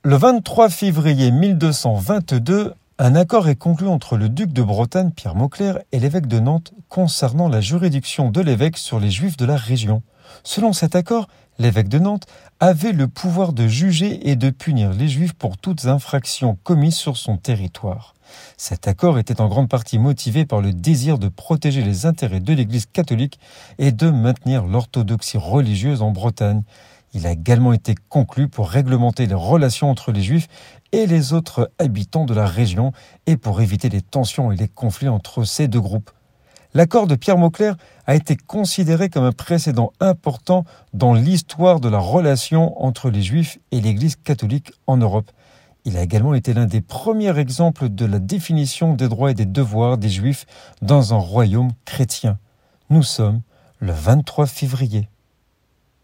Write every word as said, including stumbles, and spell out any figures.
Le vingt-trois février mille deux cent vingt-deux, un accord est conclu entre le duc de Bretagne, Pierre Mauclerc, et l'évêque de Nantes concernant la juridiction de l'évêque sur les Juifs de la région. Selon cet accord, l'évêque de Nantes avait le pouvoir de juger et de punir les Juifs pour toutes infractions commises sur son territoire. Cet accord était en grande partie motivé par le désir de protéger les intérêts de l'Église catholique et de maintenir l'orthodoxie religieuse en Bretagne. Il a également été conclu pour réglementer les relations entre les Juifs et les autres habitants de la région et pour éviter les tensions et les conflits entre ces deux groupes. L'accord de Pierre Mauclerc a été considéré comme un précédent important dans l'histoire de la relation entre les Juifs et l'Église catholique en Europe. Il a également été l'un des premiers exemples de la définition des droits et des devoirs des Juifs dans un royaume chrétien. Nous sommes le vingt-trois février.